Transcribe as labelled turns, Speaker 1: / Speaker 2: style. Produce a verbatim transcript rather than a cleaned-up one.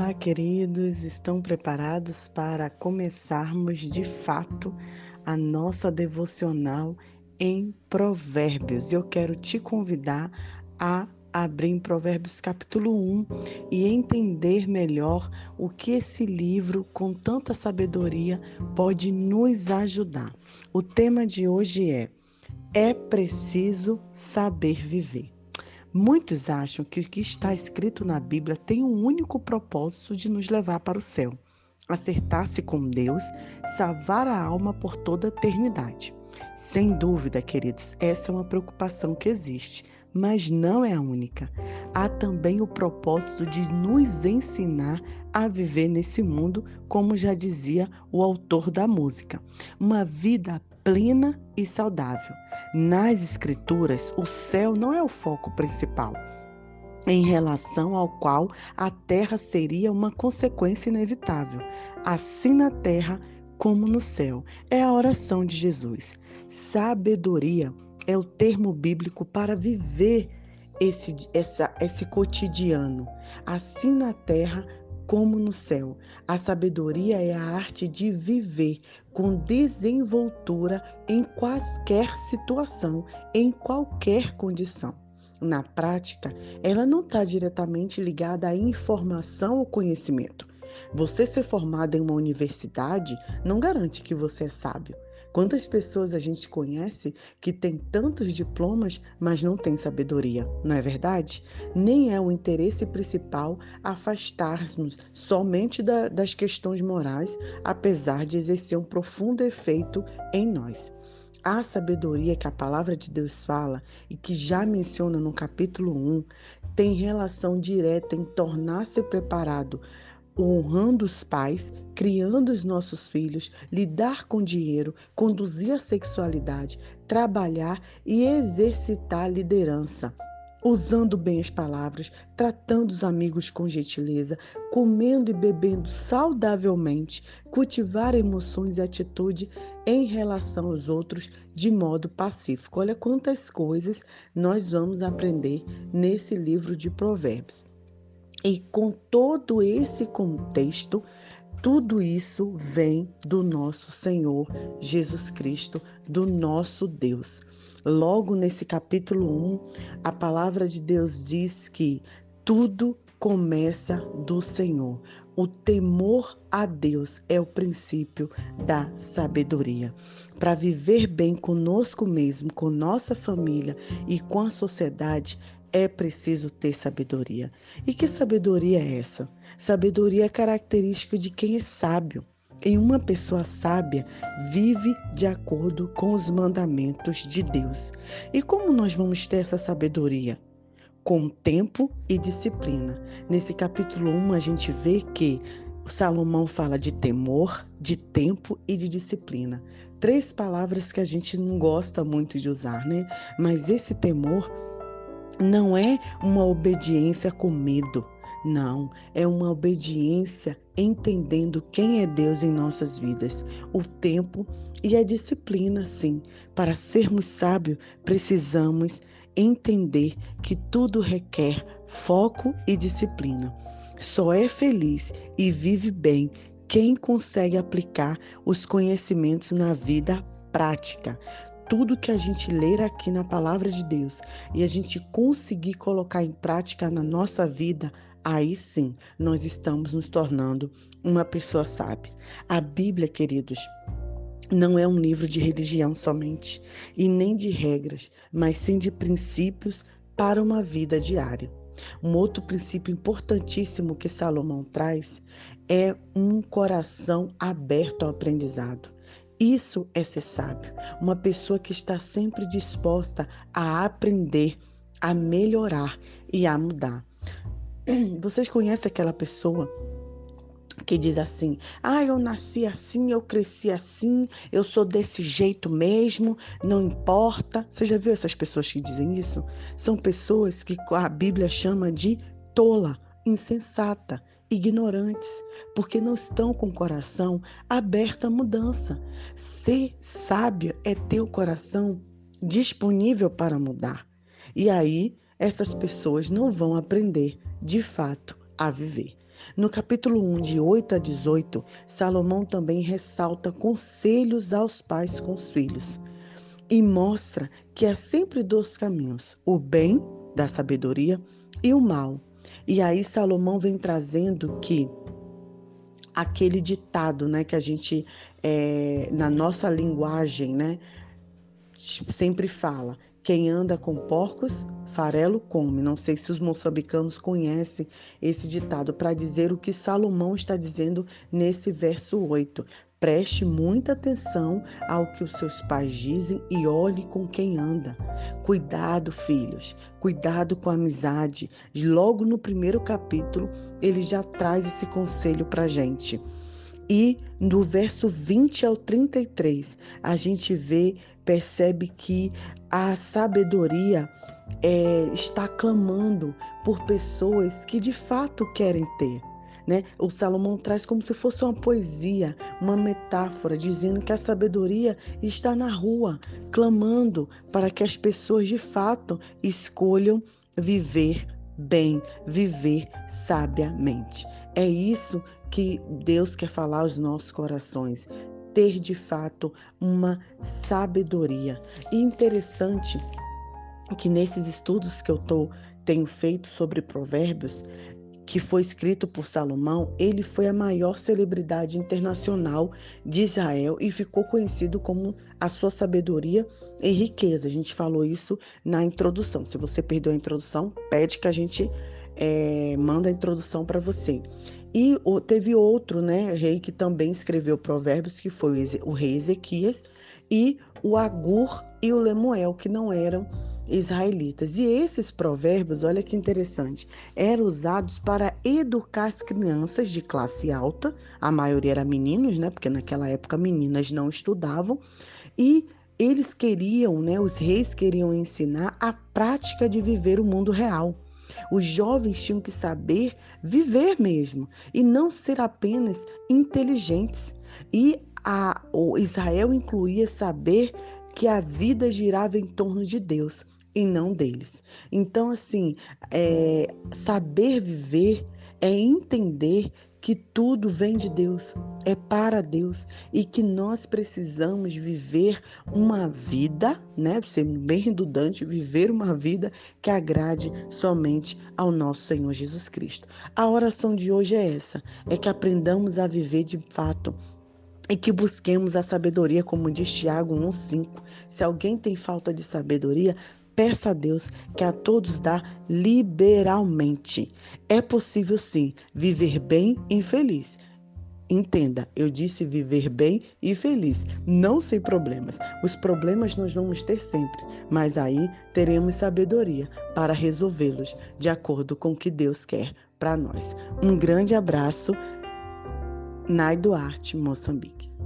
Speaker 1: Olá, queridos, estão preparados para começarmos de fato a nossa devocional em Provérbios? Eu quero te convidar a abrir em Provérbios capítulo um e entender melhor o que esse livro, com tanta sabedoria, pode nos ajudar. O tema de hoje é: é preciso saber viver. Muitos acham que o que está escrito na Bíblia tem um único propósito de nos levar para o céu, acertar-se com Deus, salvar a alma por toda a eternidade. Sem dúvida, queridos, essa é uma preocupação que existe, mas não é a única. Há também o propósito de nos ensinar a viver nesse mundo, como já dizia o autor da música, uma vida plena e saudável. Nas Escrituras, o céu não é o foco principal, em relação ao qual a terra seria uma consequência inevitável, assim na terra como no céu. É a oração de Jesus. Sabedoria é o termo bíblico para viver esse, essa, esse cotidiano, assim na terra como no céu. A sabedoria é a arte de viver com desenvoltura em qualquer situação, em qualquer condição. Na prática, ela não está diretamente ligada à informação ou conhecimento. Você ser formado em uma universidade não garante que você é sábio. Quantas pessoas a gente conhece que tem tantos diplomas, mas não tem sabedoria, não é verdade? Nem é o interesse principal afastar-nos somente da, das questões morais, apesar de exercer um profundo efeito em nós. A sabedoria que a palavra de Deus fala e que já menciona no capítulo um tem relação direta em tornar-se preparado, honrando os pais, criando os nossos filhos, lidar com dinheiro, conduzir a sexualidade, trabalhar e exercitar a liderança. Usando bem as palavras, tratando os amigos com gentileza, comendo e bebendo saudavelmente, cultivar emoções e atitude em relação aos outros de modo pacífico. Olha quantas coisas nós vamos aprender nesse livro de Provérbios. E com todo esse contexto, tudo isso vem do nosso Senhor Jesus Cristo, do nosso Deus. Logo nesse capítulo um, a palavra de Deus diz que tudo começa do Senhor. O temor a Deus é o princípio da sabedoria. Para viver bem conosco mesmo, com nossa família e com a sociedade, é preciso ter sabedoria. E que sabedoria é essa? Sabedoria é característica de quem é sábio. E uma pessoa sábia vive de acordo com os mandamentos de Deus. E como nós vamos ter essa sabedoria? Com tempo e disciplina. Nesse capítulo um, a gente vê que Salomão fala de temor, de tempo e de disciplina. Três palavras que a gente não gosta muito de usar, né? Mas esse temor não é uma obediência com medo, não, é uma obediência entendendo quem é Deus em nossas vidas, o tempo e a disciplina, sim. Para sermos sábios, precisamos entender que tudo requer foco e disciplina. Só é feliz e vive bem quem consegue aplicar os conhecimentos na vida prática. Tudo que a gente ler aqui na palavra de Deus e a gente conseguir colocar em prática na nossa vida, aí sim nós estamos nos tornando uma pessoa sábia. A Bíblia, queridos, não é um livro de religião somente e nem de regras, mas sim de princípios para uma vida diária. Um outro princípio importantíssimo que Salomão traz é um coração aberto ao aprendizado. Isso é ser sábio, uma pessoa que está sempre disposta a aprender, a melhorar e a mudar. Vocês conhecem aquela pessoa que diz assim: ah, eu nasci assim, eu cresci assim, eu sou desse jeito mesmo, não importa. Você já viu essas pessoas que dizem isso? São pessoas que a Bíblia chama de tola, insensata, ignorantes, porque não estão com o coração aberto à mudança. Ser sábio é ter o coração disponível para mudar. E aí, essas pessoas não vão aprender, de fato, a viver. No capítulo um, de oito a dezoito, Salomão também ressalta conselhos aos pais com os filhos e mostra que há sempre dois caminhos, o bem da sabedoria e o mal. E aí Salomão vem trazendo que aquele ditado, né, que a gente, é, na nossa linguagem, né, sempre fala, quem anda com porcos, farelo come. Não sei se os moçambicanos conhecem esse ditado para dizer o que Salomão está dizendo nesse verso oito. Preste muita atenção ao que os seus pais dizem e olhe com quem anda. Cuidado, filhos, cuidado com a amizade. Logo no primeiro capítulo, ele já traz esse conselho para a gente. E no verso vinte ao trinta e três, a gente vê, percebe que a sabedoria é, está clamando por pessoas que de fato querem ter. Né? O Salomão traz como se fosse uma poesia, uma metáfora, dizendo que a sabedoria está na rua, clamando para que as pessoas de fato escolham viver bem, viver sabiamente. É isso que Deus quer falar aos nossos corações, ter de fato uma sabedoria. E interessante que nesses estudos que eu tô, tenho feito sobre provérbios, que foi escrito por Salomão, ele foi a maior celebridade internacional de Israel e ficou conhecido como a sua sabedoria e riqueza. A gente falou isso na introdução. Se você perdeu a introdução, pede que a gente é, manda a introdução para você. E teve outro, né, rei que também escreveu provérbios, que foi o rei Ezequias, e o Agur e o Lemuel, que não eram israelitas. E esses provérbios, olha que interessante, eram usados para educar as crianças de classe alta, a maioria era meninos, né, porque naquela época meninas não estudavam, e eles queriam, né, os reis queriam ensinar a prática de viver o mundo real. Os jovens tinham que saber viver mesmo e não ser apenas inteligentes. E a, o Israel incluía saber que a vida girava em torno de Deus e não deles. Então, assim, é, saber viver é entender que tudo vem de Deus, é para Deus e que nós precisamos viver uma vida, né, ser bem redundante, viver uma vida que agrade somente ao nosso Senhor Jesus Cristo. A oração de hoje é essa, é que aprendamos a viver de fato e que busquemos a sabedoria, como diz Tiago um cinco. Se alguém tem falta de sabedoria, peça a Deus que a todos dá liberalmente. É possível sim viver bem e feliz. Entenda, eu disse viver bem e feliz, não sem problemas. Os problemas nós vamos ter sempre, mas aí teremos sabedoria para resolvê-los de acordo com o que Deus quer para nós. Um grande abraço, Nai Duarte, Moçambique.